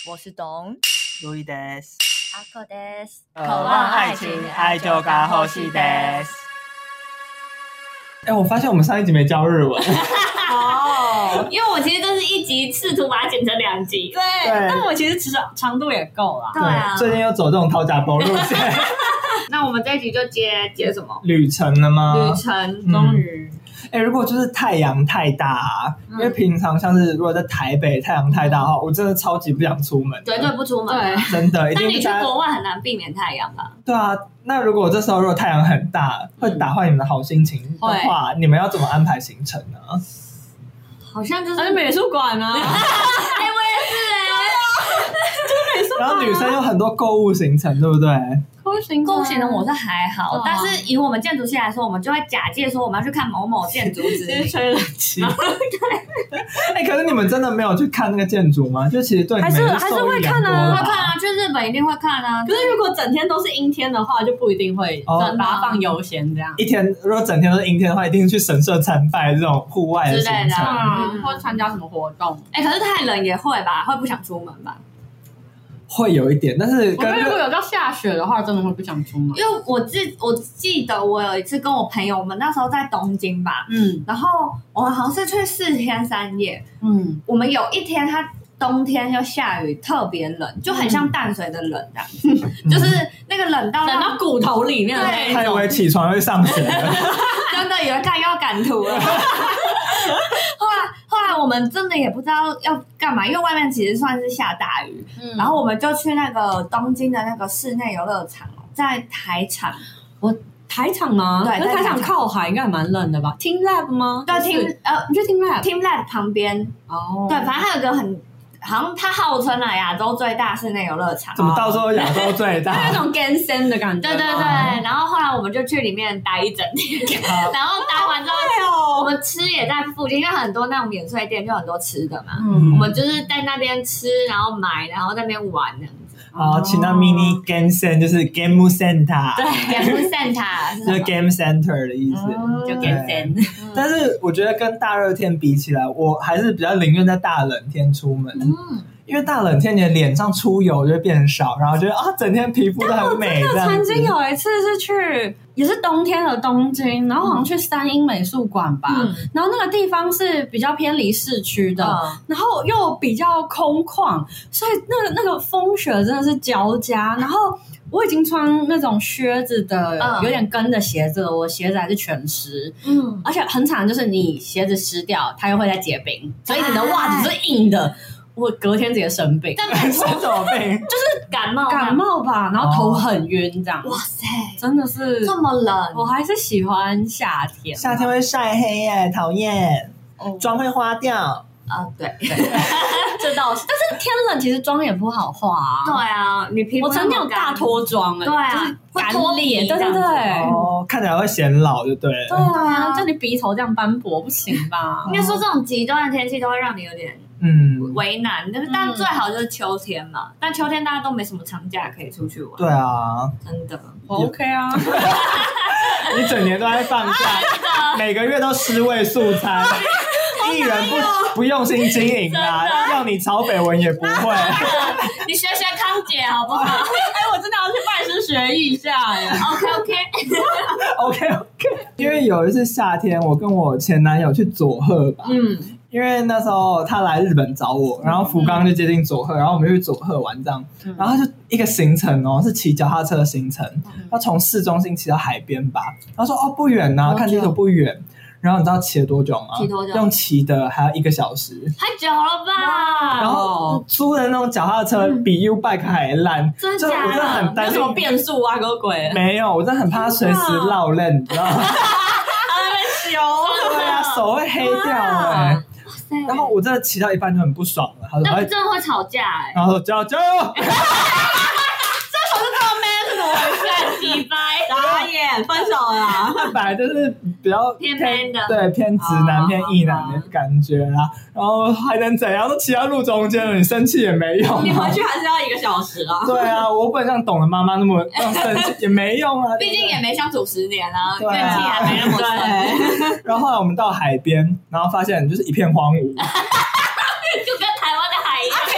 我是董路易德斯， 阿克德斯， 渴望爱情，爱就该呼吸德斯。我发现我们上一集没教日文哦， 因为我其实这是一集，试图把它剪成2集。 对，但我其实长度也够了。 对啊， 最近又走这种掏假包路线。 那我们这一集就接什么？ 旅程了吗？ 旅程，终于。 如果就是太阳太大因为平常像是如果在台北太阳太大的话，我真的超级不想出门， 绝对不出门。对， 真的。 但你去国外很难避免太阳吧？ 对啊，那如果这时候如果太阳很大，会打坏你们的好心情的话，你们要怎么安排行程呢？ 好像就是美术馆啊。 我也是就是美术馆。 然后女生有很多购物行程，对不对？ 购物行程我是还好，但是以我们建筑系来说，我们就会假借说我们要去看某某建筑之类， 吹冷气。 对。 可是你们真的没有去看那个建筑吗？就其实对你们还是会看啊， 会看啊，去日本一定会看啊。 可是如果整天都是阴天的话，就不一定会把它放优先这样。 一天如果整天都是阴天的话，一定去神社参拜这种户外的行程， 或者参加什么活动。 可是太冷也会吧？会不想出门吧？ 会有一点，但是我觉得如果有到下雪的话，真的会不想出门。 因为我记得我有一次跟我朋友，我们那时候在东京吧，然后我们好像是去4天3夜，我们有一天它冬天又下雨，特别冷，就很像淡水的冷这样子，就是那个冷到骨头里面的那种。 他以为起床会上学了， 真的以为又要赶图了。后来我们真的也不知道要干嘛，因为外面其实算是下大雨，然后我们就去那个东京的那个室内游乐场，在台场。 台场吗？对，台场靠海应该蛮冷的吧 ？Team Lab 吗？ 对， 你去 Team Lab 旁边哦。对，反正它有个好像它号称亚洲最大室内游乐场。 怎么到时候亚洲最大？ 有一种 Gensen 的感觉。 对对对，然后后来我们就去里面待一整天，然后待完之后，我们吃也在附近，因为很多那种免税店就很多吃的嘛，我们就是在那边吃，然后买，然后在那边玩这样子。 去那 mini Gensen 就是 Game Center， 对 Game Center 就是 Game Center 的意思， 就 Gensen。 但是我觉得跟大热天比起来，我还是比较宁愿在大冷天出门。因为大冷天你的脸上出油就会变少，然后觉得整天皮肤都很美。 但我真的曾经有一次是去，也是冬天的东京，然后好像去三鹰美术馆吧，然后那个地方是比较偏离市区的，然后又比较空旷，所以那个风雪真的是交加，然后我已经穿那种靴子的有点跟的鞋子了，我鞋子还是全湿，而且很惨，就是你鞋子湿掉，它又会再结冰，所以你的袜子是硬的。我隔天直接生病， 生什么病？ 就是感冒吧，然后头很晕这样。 哇塞， 真的是这么冷， 我还是喜欢夏天。 夏天会晒黑耶，讨厌，妆会花掉。 对， 这倒是，但是天冷其实妆也不好化啊。 对啊，你皮肤我曾经有大脱妆对啊， 干脸，对对对， 看起来会显老，就对了。 对啊，就你鼻头这样斑驳不行吧？ 应该说这种极端的天气都会让你有点为难，但最好就是秋天嘛。但秋天大家都没什么长假可以出去玩。 对啊， 真的， 我 OK 啊。 你整年都在放假，每个月都尸位素餐。艺人不用心经营啊，要你抄绯闻也不会。 你学康姐好不好？ 我真的要去拜师学艺一下耶。 OK， 因为有一次夏天，我跟我前男友去佐贺吧。因为那时候他来日本找我，然后福冈就接近佐贺，然后我们就去佐贺玩这样，然后就一个行程是骑脚踏车的行程，要从市中心骑到海边吧。他说不远啊，看地图不远。然后你知道骑了多久吗？ 骑多久？ 用骑的还要1个小时， 太久了吧？ 然后租的那种脚踏车比 U-Bike 还烂， 真的假的？ 我真的很担心有什么变速啊，个鬼？ 没有，我真的很怕随时落链，你知道吗？ 他在那边修， 对啊，手会黑掉然后我真的骑到一半就很不爽了，他说：“ 那真的会吵架然后说：“加油！”这手是这么 man 是怎么回事？ 鸡掰， 傻眼，分手了。 他本来就是比较偏 man 的， 对，偏直男、偏异男的感觉啦。然后还能怎样？都骑到路中间了，你生气也没用。 你回去还是要1个小时啊。 对啊，我不能像懂的妈妈那么生气，也没用啊。 毕竟也没相处10年啊， 怨气还没那么深。 然后后来我们到海边，然后发现就是一片荒芜。 就跟台湾的海一样， 可以下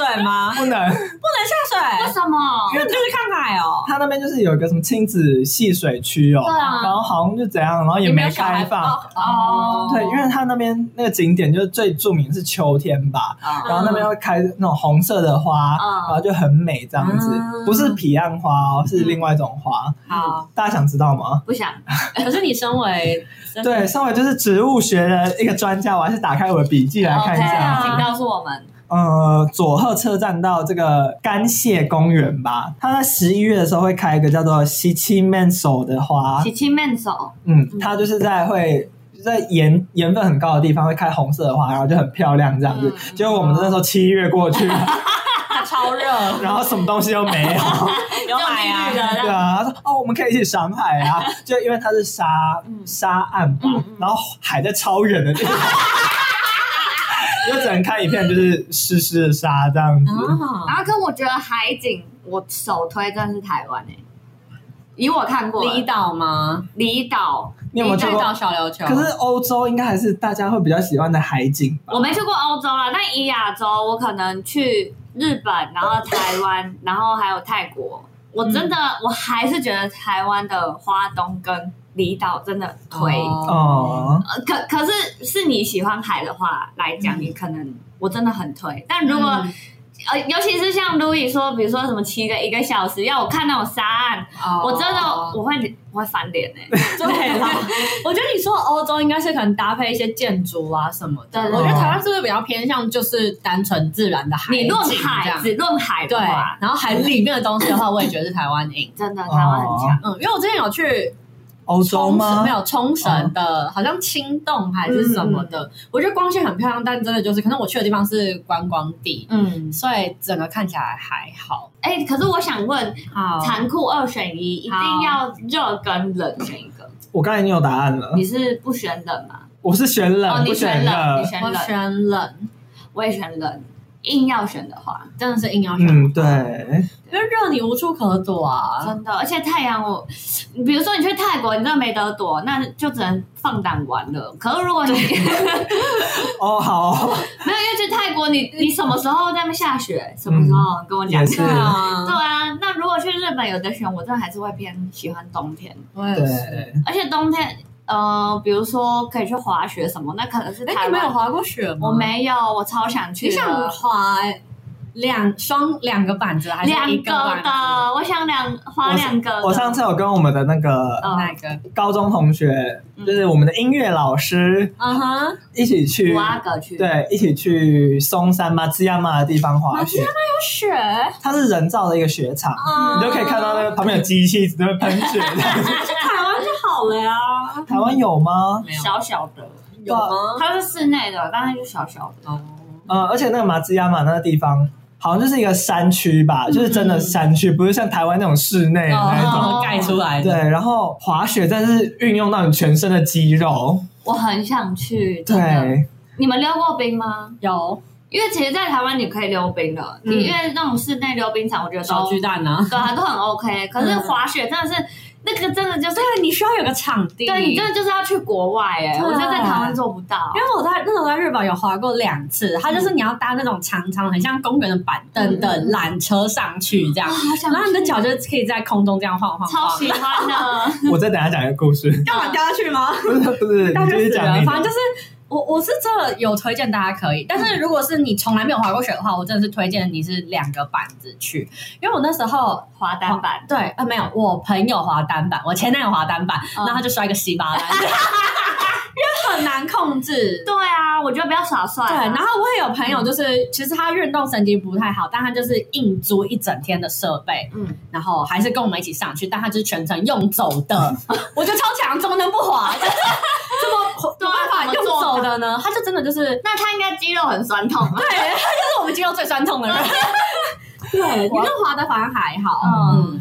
水吗？ 不能下水， 为什么？ 因为就是看海哦。 它那边就是有一个什么亲子戏水区哦， 对啊， 然后好像就怎样，然后也没开放哦。 对，因为它那边那个景点就是最著名是秋天吧，然后那边会开那种红色的花，然后就很美这样子，不是彼岸花哦，是另外一种花。 好， 大家想知道吗？ 不想。 可是你身为对，身为就是植物学的一个专家，我还是打开我的笔记来看一下。 请告诉我们。 佐贺车站到这个干蟹公园吧，它在11月的时候会开一个叫做西七面手的花。 西七面手， 它就是在盐分很高的地方会开红色的花，然后就很漂亮这样子。结果我们那时候7月过去， 超热， 然后什么东西都没有， 有海啊， 对啊，他说我们可以一起赏海啊，就因为它是沙岸吧，然后海在超远的地方。就只能看一片就是湿湿的沙这样子， 然后可我觉得海景我首推真的是台湾以我看过离岛吗？ 离岛， 你有没有去过小琉球？ 可是欧洲应该还是大家会比较喜欢的海景吧？ 我没去过欧洲啦，但以亚洲我可能去日本，然后台湾，然后还有泰国。我真的我还是觉得台湾的花东跟离岛真的推可是你喜欢海的话来讲，你可能我真的很推。但如果尤其是像 Louis 说，比如说什么骑个1个小时，要我看那种沙岸，我真的我会翻脸对啦，我觉得你说欧洲应该是可能搭配一些建筑啊什么的。我觉得台湾是不是比较偏向就是单纯自然的海景？ 你论海，只论海的话， 然后海里面的东西的话，我也觉得是台湾赢。 真的，台湾很强。 因为我之前有去。 欧洲吗？ 没有冲绳的，好像青洞还是什么的。我觉得光线很漂亮，但真的就是可能我去的地方是观光地，所以整个看起来还好。 可是我想问，残酷2选1，一定要热跟冷选一个。 我刚才已经有答案了。 你是不选冷吗？ 我是选冷， 你选冷， 我选冷， 我也选冷。硬要选的话， 真的是硬要选。 对， 因为热你无处可躲啊， 真的。而且太阳，比如说你去泰国，你真的没得躲，那就只能放胆玩了。可是如果你好， 没有，因为去泰国你什么时候在那边下雪？什么时候跟我讲？ 对啊。那如果去日本有得选，我真的还是会偏喜欢冬天。 对， 而且冬天。比如说可以去滑雪什么，那可能是台湾。 你没有滑过雪吗？ 我没有，我超想去。 你想滑两个板子还是一个板子？ 我想滑2个。 我上次有跟我们的那个哪个高中同学，就是我们的音乐老师，一起去，对，一起去松山马兹亚马的地方滑雪。 马兹亚马有雪？ 它是人造的一个雪场，你就可以看到那个旁边有机器在那喷雪。 台湾就好了呀。 台湾有吗？ 小小的有吗？ 它是室内的，但是就小小的。 而且那个马兹亚马那个地方。好像就是一个山区吧，就是真的山区，不是像台湾那种室内那种盖出来的。 对，然后滑雪真的是运用到你全身的肌肉。 我很想去。 对， 你们溜过冰吗？ 有， 因为其实，在台湾你可以溜冰的，因为那种室内溜冰场，我觉得小巨蛋啊， 对啊，都很 OK。可是滑雪真的是。那个真的就是， 对，你需要有个场地， 对你真的就是要去国外我觉得在台湾做不到。 因为我那时候在日本有滑过2次，它就是你要搭那种长长很像公园的板凳的缆车上去这样，然后你的脚就可以在空中这样晃晃， 超喜欢的。 我再等一下讲一个故事。 干嘛掉下去吗？ 不是，你继续讲。 反正就是。我是真的有推荐大家可以，但是如果是你从来没有滑过雪的话，我真的是推荐你是2个板子去，因为我那时候滑单板， 对，没有，我朋友滑单板，我前男友滑单板，然后他就摔个稀巴烂，因为很难控制。 对啊，我觉得不要耍帅。 对，然后我也有朋友，就是其实他运动神经不太好，但他就是硬租一整天的设备，然后还是跟我们一起上去，但他就是全程用走的，我觉得超强，怎么能不滑？怎么有办法用走的呢？他就真的就是， 那他应该肌肉很酸痛吧？ 对，他就是我们肌肉最酸痛的人。对，你就滑的反而还好。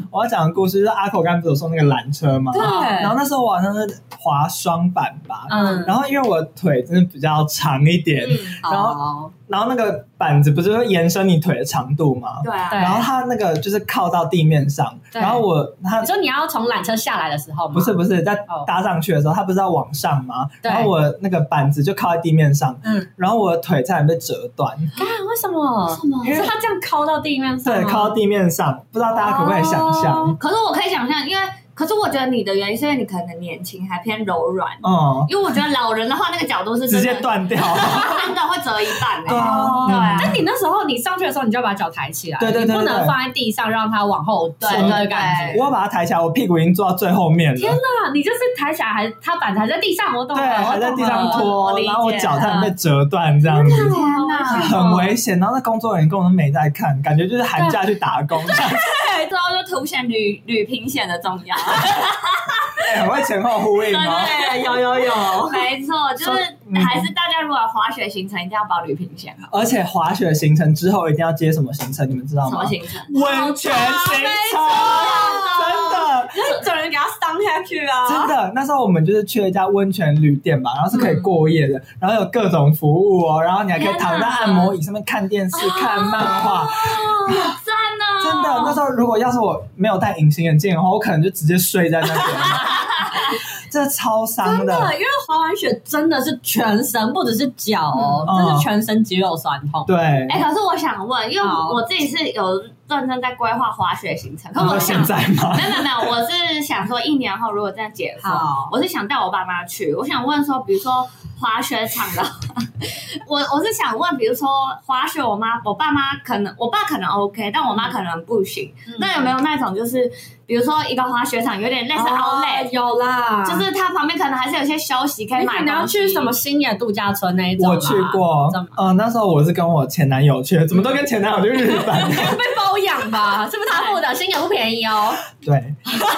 我要讲的故事就是阿口刚不是有说那个缆车嘛？ 对。 然后那时候我好像是滑双板吧，然后因为我腿真的比较长一点，然后那个板子不是会延伸你腿的长度吗？ 对啊。 然后它那个就是靠到地面上，然后你说你要从缆车下来的时候吗？ 不是在搭上去的时候，它不是要往上吗？然后我那个板子就靠在地面上，然后我的腿差点被折断。 为什么？因为它这样靠到地面上， 对，靠到地面上，不知道大家可不可以想象？ 可是我可以想象，可是我觉得你的原因是因为你可能年轻还偏柔软，因为我觉得老人的话那个角度是直接断掉， 真的会折一半。对啊。但你那时候你上去的时候，你就要把脚抬起来， 对， 你不能放在地上让它往后伸的感觉。 我要把它抬起来，我屁股已经坐到最后面了。 天哪，你就是抬起来还它板还在地上，我懂了。 对，还在地上拖，然后我脚差点被折断这样子， 天哪， 很危险。然后那工作人员根本都没在看，感觉就是寒假去打工。 对，之后就凸显旅平险的重要。 很会前后呼应吗？ 对，有，没错，就是还是大家如果滑雪行程一定要保旅平险。 而且滑雪行程之后一定要接什么行程？你们知道吗？ 什么行程？ 温泉行程，真的， 就是整人给他上下去啊！ 真的，那时候我们就是去了一家温泉旅店吧，然后是可以过夜的，然后有各种服务哦，然后你还可以躺在按摩椅上面看电视、看漫画。 赞哦！ 真的，那时候如果要是我没有戴隐形眼镜的话，我可能就直接睡在那边。这超伤的， 因为滑完雪真的是全身，不只是脚哦，这是全身肌肉酸痛。 对， 可是我想问，因为我自己是有认真在规划滑雪行程，可我现在吗？ 没有，我是想说1年后如果再解封，我是想带我爸妈去。我想问说，比如说滑雪场的，我是想问，比如说滑雪，我爸妈可能，我爸可能 OK， 但我妈可能不行。那有没有那种就是？比如说一个滑雪场有点类似 outlet， 有啦， 就是它旁边可能还是有些休息可以买东西。 你要去什么星野度假村那一种？ 我去过，那时候我是跟我前男友去，怎么都跟前男友去日本？ 被包养吧？是不是他付的？星野不便宜哦。 对。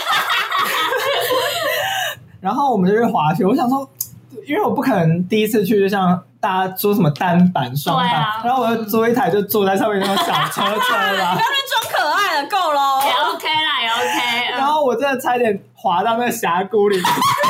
然后我们就去滑雪，我想说，因为我不可能第一次去，就像大家说什么单板、双板，然后我就租一台，就坐在上面那种小车啦。 装可爱的够咯， 也 OK 啦，也 OK。 然后我真的差点滑到那个峡谷里，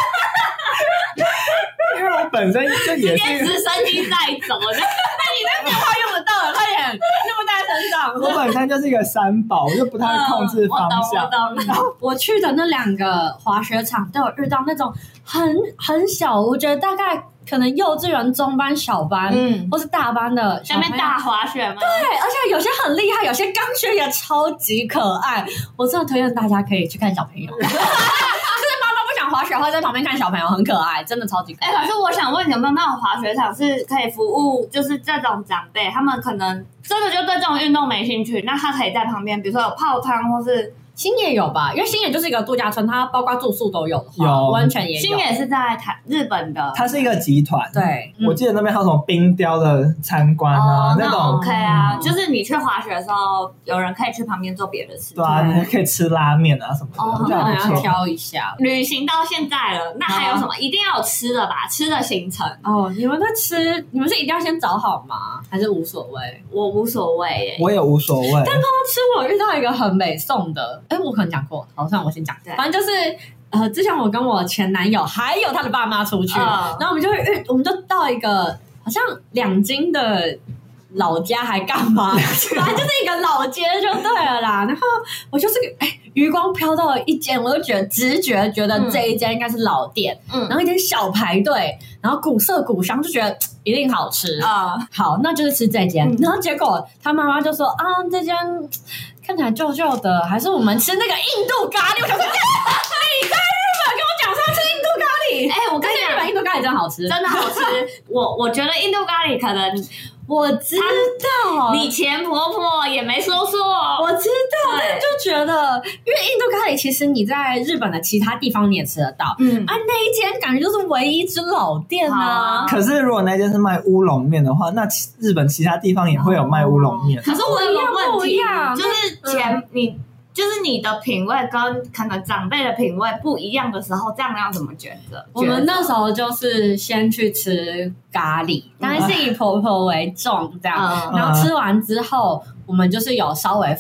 因为我本身就也是直升机在走，那你那电话用得到了，快点，那么带在身上。 我本身就是一个三宝，我就不太控制方向。 然后我去的那2个滑雪场都有遇到那种很小，我觉得大概。可能幼稚园中班、小班，或是大班的小朋友， 下面大滑雪吗？ 对，而且有些很厉害，有些刚学也超级可爱。我真的推荐大家可以去看小朋友，就是妈妈不想滑雪，会在旁边看小朋友，很可爱，真的超级可爱。 可是我想问，有没有那种滑雪场是可以服务，就是这种长辈，他们可能真的就对这种运动没兴趣，那他可以在旁边，比如说有泡汤或是。 星野有吧，因为星野就是一个度假村，它包括住宿都有的话，有温泉也有。 星野是在日本的， 它是一个集团。 对， 我记得那边还有什么冰雕的参观啊，那种 OK 啊，就是你去滑雪的时候，有人可以去旁边做别的事。 对啊，你可以吃拉面啊什么的， 可能要挑一下。 旅行到现在了，那还有什么一定要有吃的吧？吃的行程你们在吃，你们是一定要先找好吗？还是无所谓？ 我无所谓耶， 我也无所谓。但刚刚吃我遇到一个很美送的，我可能讲过。好，算我先讲。反正就是之前我跟我前男友还有他的爸妈出去，然后我们就到一个好像2京的老家还干嘛，反正就是一个老街就对了啦。然后我就是余光飘到了一间，我就直觉觉得这一间应该是老店，然后一间小排队，然后古色古香，就觉得一定好吃好，那就是吃这间。然后结果他妈妈就说这间看起来旧旧的，还是我们吃那个印度咖喱。我想说，你在日本跟我讲说要吃印度咖喱？我跟你讲，日本印度咖喱真的好吃， 真的好吃。我觉得印度咖喱可能。 我知道， 你前婆婆也没说错， 我知道，但就觉得，因为印度咖喱其实你在日本的其他地方你也吃得到，那一间感觉就是唯一一支老店啊。 可是如果那间是卖乌龙面的话，那日本其他地方也会有卖乌龙面。 可是我有个问题，就是就是你的品味跟可能长辈的品味不一样的时候，这样要怎么抉择？ 我们那时候就是先去吃咖喱，当然是以婆婆为重这样，然后吃完之后，我们就是有稍微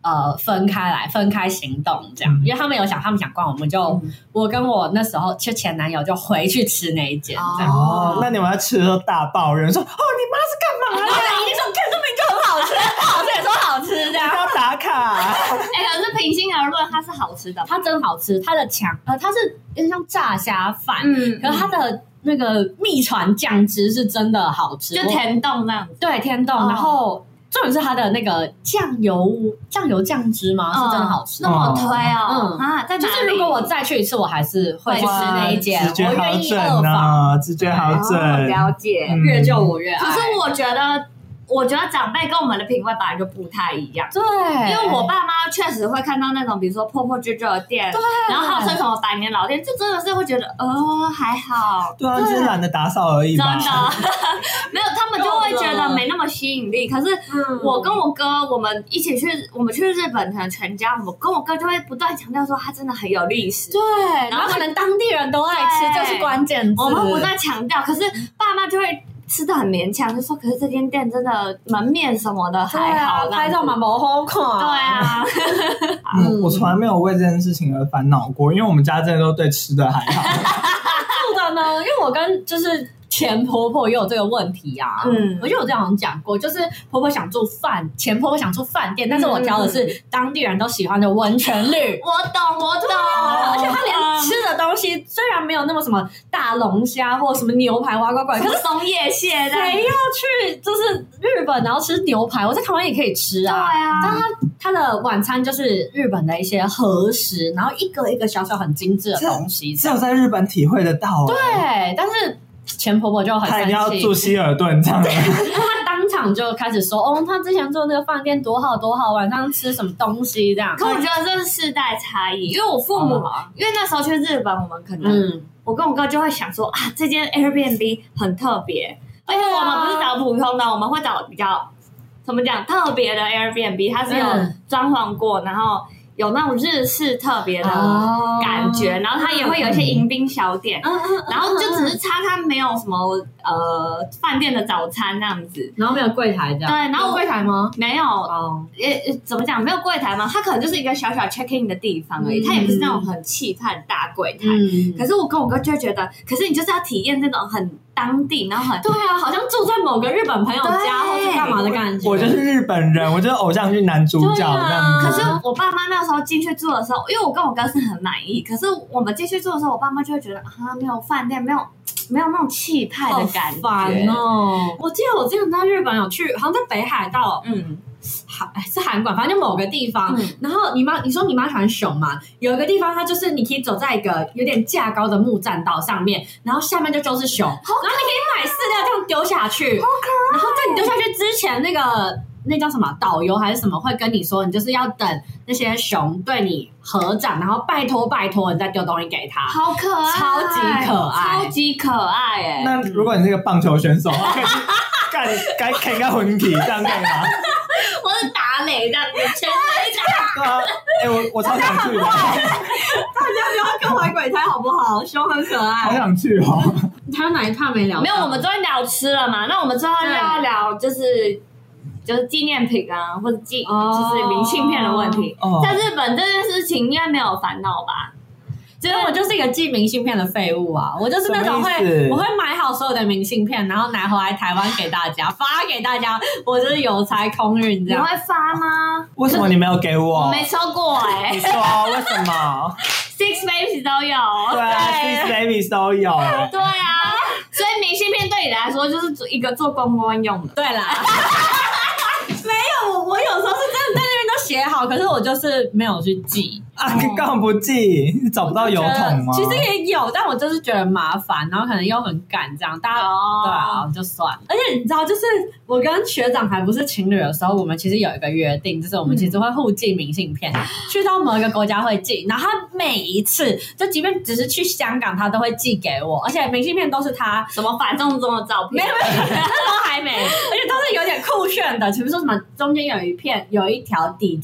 分开行动这样，因为他们想逛，我跟我那时候就前男友就回去吃那一间这样。 哦，那你们在吃的时候大爆人说你妈是干嘛的？ 一定说看这明明就很好吃，好吃也说好吃这样， 要打卡。 可是平心而论，它是好吃的， 它真好吃，它的它是有点像炸虾饭，可是它的那个秘传酱汁是真的好吃， 就天冻那样子。 对，天冻，然后。重点是它的那个酱油酱汁吗？是真的好吃， 那么推哦。在就是如果我再去一次，我还是会去吃那一间。 直觉好准啊，直觉好准， 了解， 越救我越爱。 可是我觉得长辈跟我们的品味本来就不太一样， 对， 因为我爸妈确实会看到那种比如说破破旧旧的店，对，然后还有什么百年老店，就真的是会觉得还好， 对啊，就是懒得打扫而已吧， 真的没有，他们就会觉得没那么吸引力。可是我跟我哥，我们去日本，可能全家，我跟我哥就会不断强调说，它真的很有历史， 对，然后可能当地人都爱吃，这是关键字， 我们不断强调，可是爸妈就会。吃的很勉强，就说可是这间店真的门面什么的还好， 拍照蛮不好看。 对啊， 我从来没有为这件事情而烦恼过，因为我们家真的都对吃的还好。 是的呢，因为我跟就是前婆婆也有这个问题啊。我就有这样讲过，就是婆婆想住前婆婆想住饭店，但是我挑的是当地人都喜欢的温泉旅。 我懂， 而且他连吃的东西虽然没有那么什么大龙虾或什么牛排哇呱呱，可是松叶蟹的， 谁要去就是日本然后吃牛排？我在台湾也可以吃啊。 对啊， 但他的晚餐就是日本的一些和食，然后一个一个小小很精致的东西， 只有在日本体会得到。 对，但是前婆婆就很生气， 她一定要住希尔顿这样的。 她当场就开始说，她之前做那个饭店多好多好，晚上吃什么东西这样。 可我觉得这是世代差异，因为我父母，因为那时候去日本，我们可能，我跟我哥就会想说这间 Airbnb 很特别，而且我们不是找普通的，我们会找比较怎么讲特别的 Airbnb， 它是有装潢过，然后有那种日式特别的感觉，然后它也会有一些迎宾小点，然后就只是差它没有什么饭店的早餐那样子， 然后没有柜台这样。 对，然后有柜台吗？ 没有，怎么讲？没有柜台吗？它可能就是一个小小 check in 的地方而已，它也不是那种很气派的大柜台。可是我跟我哥就会觉得，可是你就是要体验这种很当地，然后很对啊，好像住在某个日本朋友家或是干嘛的感觉。 我就是日本人，我就是偶像剧男主角这样子。 可是我爸妈那时候进去住的时候，因为我跟我哥是很满意，可是我们进去住的时候，我爸妈就会觉得没有饭店，没有那种气派的感觉。 好烦哦！我记得我之前在日本有去，好像在北海道，是函馆，反正就某个地方。然后你说你妈喜欢熊嘛？有一个地方，它就是你可以走在一个有点架高的木栈道上面，然后下面就是熊，然后你可以买饲料这样丢下去。好可爱！然后在你丢下去之前，那叫什么导游还是什么会跟你说，你就是要等那些熊对你合掌，然后拜托你再丢东西给他。 好可爱， 超级可爱耶！ 那如果你是个棒球选手，该开个混体这样可以吗？ 我是打垒这样子，全垒打。 对啊，我超想去的。大家不要跟玩鬼胎好不好？熊很可爱， 好想去哦。 还有哪一趴没聊？ 没有，我们昨天聊吃了嘛？那我们之后要聊就是纪念品啊，或者就是明信片的问题。在日本这件事情应该没有烦恼吧？ 因为我就是一个寄明信片的废物啊！我就是那种我会买好所有的明信片，然后拿回来台湾给大家发给大家。我就是邮差空运这样。 你会发吗？ 为什么你没有给我？ 我没收过你说为什么 ？Six Babies 都有。 对啊 ，Six Babies 都有。 对啊，所以明信片对你来说就是一个做公关用的。 对啦。没有，我有时候是真的在那边都写好，可是我就是没有去寄干嘛不寄？你找不到邮筒吗？ 其实也有，但我就是觉得麻烦，然后可能又很赶，这样大家对啊，就算了。而且你知道，就是我跟学长还不是情侣的时候，我们其实有一个约定，就是我们其实会互寄明信片，去到某一个国家会寄，然后他每一次，就即便只是去香港，他都会寄给我，而且明信片都是他什么反送中的照片， 没有，那时候还没，而且都是有点酷炫的，比如说什么中间有一条底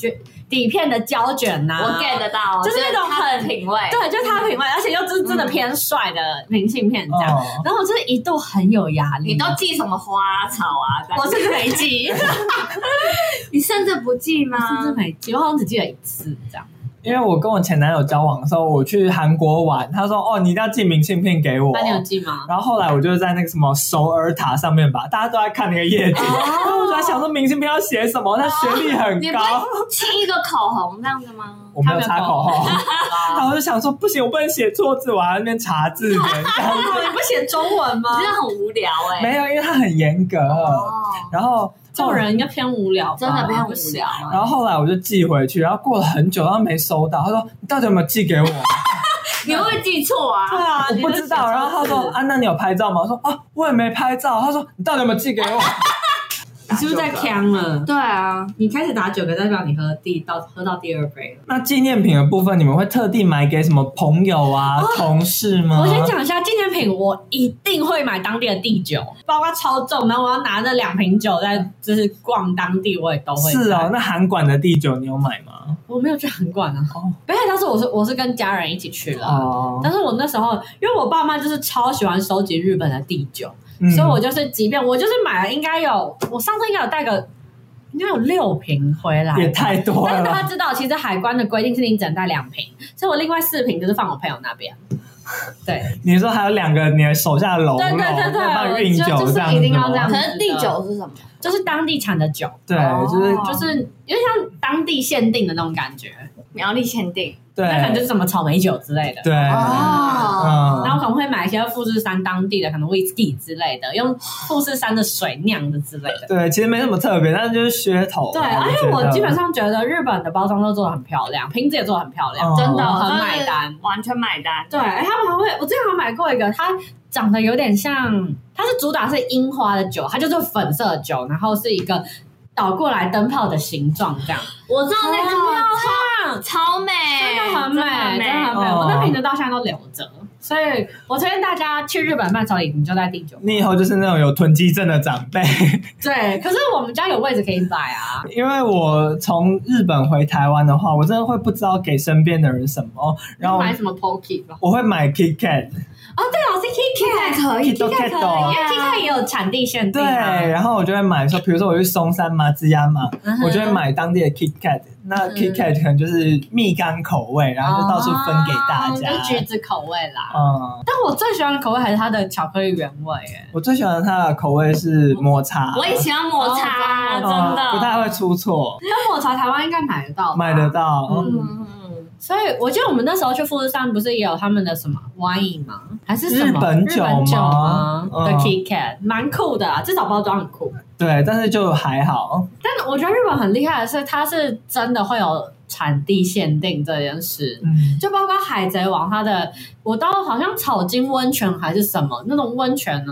底片的胶卷呐， 我 get 得到， 就是那种很品味， 对，就是他的品味，而且又是真的偏帅的明信片这样。然后我就是一度很有压力。 你都记什么花草啊？ 我甚至没记。 你甚至不记吗？ 甚至没记，我好像只记了一次这样。 因为我跟我前男友交往的时候，我去韩国玩，他说你一定要寄明信片给我。 那你有寄吗？ 然后后来我就在那个什么首尔塔上面吧，大家都在看那个夜景，然后我就在想说明信片要写什么，他学历很高。 你不会亲一个口红这样子吗？ 我没有擦口红，然后我就想说不行，我不能写错字，我还在那边查字典。 你不写中文吗？ 真的很无聊没有，因为他很严格。然后这种人应该偏无聊， 真的偏无聊。 然后后来我就寄回去，然后过了很久，然后没收到。他说：“你到底有没有寄给我？” 你会不会记错啊？ 对啊， 我不知道。然后他说：“那你有拍照吗？”我说：“我也没拍照。”他说：“你到底有没有寄给我？” 你是不是在呛了？ 对啊， 你开始打9个，代表你喝到第2杯了。 那纪念品的部分，你们会特地买给什么朋友啊、同事吗？ 我先讲一下纪念品，我一定会买当地的地酒，包括超重，然后我要拿那2瓶酒在就是逛当地，我也都会买。 是哦，那韩馆的地酒你有买吗？ 我没有去韩馆啊，而且当时我是跟家人一起去了，但是我那时候因为我爸妈就是超喜欢收集日本的地酒。所以我就是即便我就是买了，应该有我上次应该有带个应该有6瓶回来， 也太多了。 但是大家知道，其实海关的规定是你只能带2瓶，所以我另外4瓶就是放我朋友那边。对， 你说还有2个你的手下的喽啰， 对， 帮你运酒这样子，一定要这样。 可是地酒是什么？ 就是当地产的酒， 对， 就是有点像当地限定的那种感觉， 苗栗限定。 对， 那可能就是什么草莓酒之类的。 对，然后可能会买一些富士山当地的，可能 whisky 之类的，用富士山的水酿的之类的。 对，其实没什么特别，但是就是噱头。 对，而且我基本上觉得日本的包装都做得很漂亮，瓶子也做得很漂亮，真的很买单， 完全买单。 对，他们还会，我之前有买过一个，它长得有点像，它是主打是樱花的酒，它就是粉色的酒，然后是一个倒过来灯泡的形状这样。 我知道那个超美， 真的很美，真的很美。我那瓶子到现在都留着，所以我推荐大家去日本伴手礼，你就在第9。 你以后就是那种有囤积症的长辈。 对，可是我们家有位置可以摆啊。 因为我从日本回台湾的话，我真的会不知道给身边的人什么，然后买什么 Pocky 吧。 我会买 KitKat。 对，老师 KitKat 可以 ，KitKat 因为 KitKat 也有产地限定。 对，然后我就会买说，比如说我去松山马自亚嘛，我就会买当地的 KitKat。那 KitKat 可能就是蜜柑口味，然后就到处分给大家， 就橘子口味啦。但我最喜欢的口味还是它的巧克力原味。 我最喜欢它的口味是抹茶。 我也喜欢抹茶，真的不太会出错。 那抹茶台湾应该买得到吧？ 买得到。 所以我记得我们那时候去富士山，不是也有他们的什么 wine 吗？还是什么日本酒吗？ 的 KitKat 蛮酷的啊，至少包装很酷。 对，但是就还好。 但我觉得日本很厉害的是，它是真的会有产地限定这件事。就包括海贼王，它的我到好像草津温泉还是什么那种温泉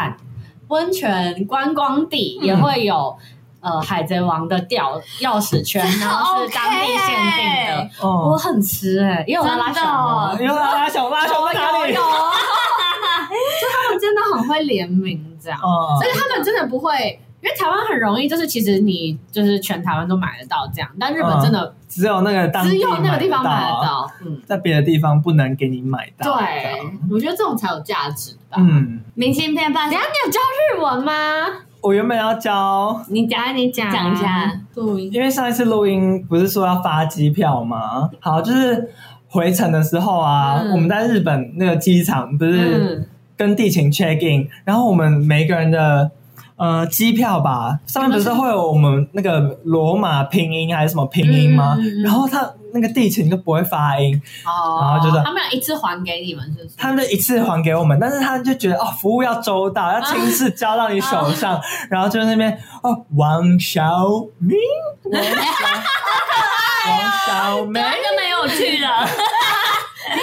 观光地也会有。海贼王的钥匙圈，然后是当地限定的，我很吃也有拉熊， 有拉熊在哪里？ 有，就他们真的很会联名这样，所以他们真的不会，因为台湾很容易，就是其实你就是全台湾都买得到这样，但日本真的只有那个地方买得到， 在别的地方不能给你买到。 对，我觉得这种才有价值吧。 明信片吧， 等一下你有教日文吗？ 我原本要教你讲一下录音， 因为上一次录音不是说要发机票吗？好，就是回程的时候啊，我们在日本那个机场不是跟地勤 check in，然后我们每个人的机票吧，上面不是会有我们那个罗马拼音还是什么拼音吗？然后他那个地勤就不会发音，然后就是他们有一次还给你们，是不是？ 他们就一次还给我们，但是他就觉得服务要周到，要亲自交到你手上，然后就那边王小明，王小明， 这个蛮有趣的。 应该就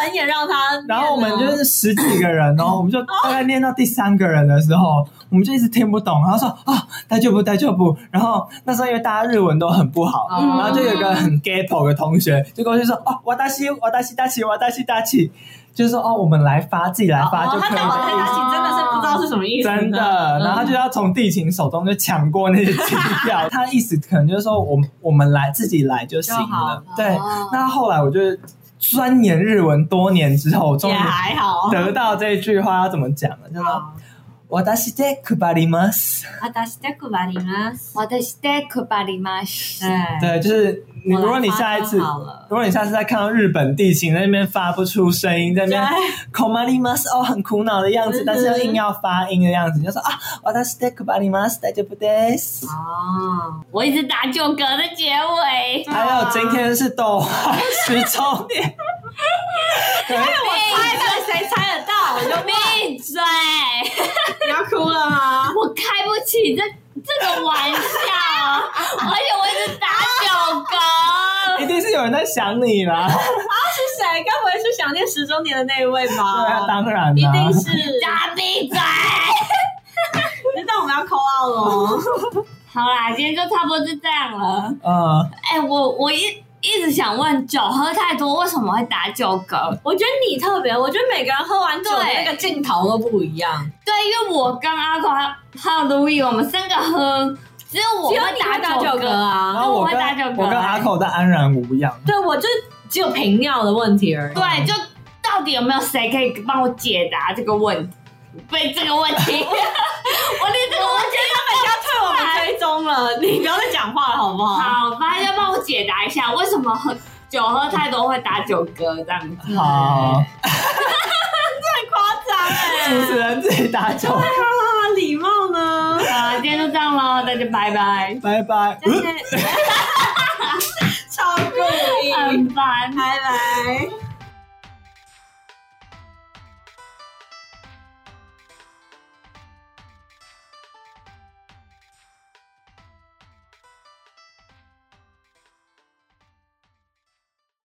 难也让他。 然后我们就是10几个人哦，我们就大概念到第3个人的时候，我们就一直听不懂，然后说大丈夫大丈夫。然后那时候因为大家日文都很不好，然后就有一个很 ghetto 的同学就跟我说私大气。就是说我们来发，自己来发就可以了。 他真的是不知道是什么意思， 真的。然后他就要从地勤手中就抢过那些机票，他的意思可能就是说我们来自己来就行了。对，那后来我就钻研日文多年之后，终于得到这句话要怎么讲了，叫做私で配ります。 私で配ります。 私で配ります。 对，就是如果你下次再看到日本地勤在那边发不出声音，在那边困ります很苦恼的样子，但是又硬要发音的样子，就说私で配ります大丈夫です。 我一直打9格的结尾。 还有今天是豆花10周年。 因为我猜的，谁猜得到？我就闭嘴！ 你要哭了吗？ 我开不起这个玩笑，而且我一直打9格。 一定是有人在想你啦。 是谁？该不会是想念10周年的那一位吧？ 对啊，当然啦， 一定是。 闭嘴！ 那我们要call out咯。 好啦，今天就差不多是这样了。我一直想问，酒喝太多为什么会打9格？ 我觉得你特别，我觉得每个人喝完酒的那个劲头都不一样。 对，因为我跟阿口还有 Louis， 我们3个喝，只有我会打9格啊。 然后我跟阿口在安然无恙。 对，我就只有频尿的问题而已。 对，就到底有没有谁可以帮我解答这个问题？对这个问题，我连这个问题他们要退我们追踪了，你不要再讲话了好不好？ 好，反正要帮我解答一下，为什么酒喝太多会打9格这样子？ 好， 这很夸张主持人自己打9格， 礼貌呢？ 今天就这样咯，大家拜拜， 拜拜。 超故意， 很烦， 拜拜。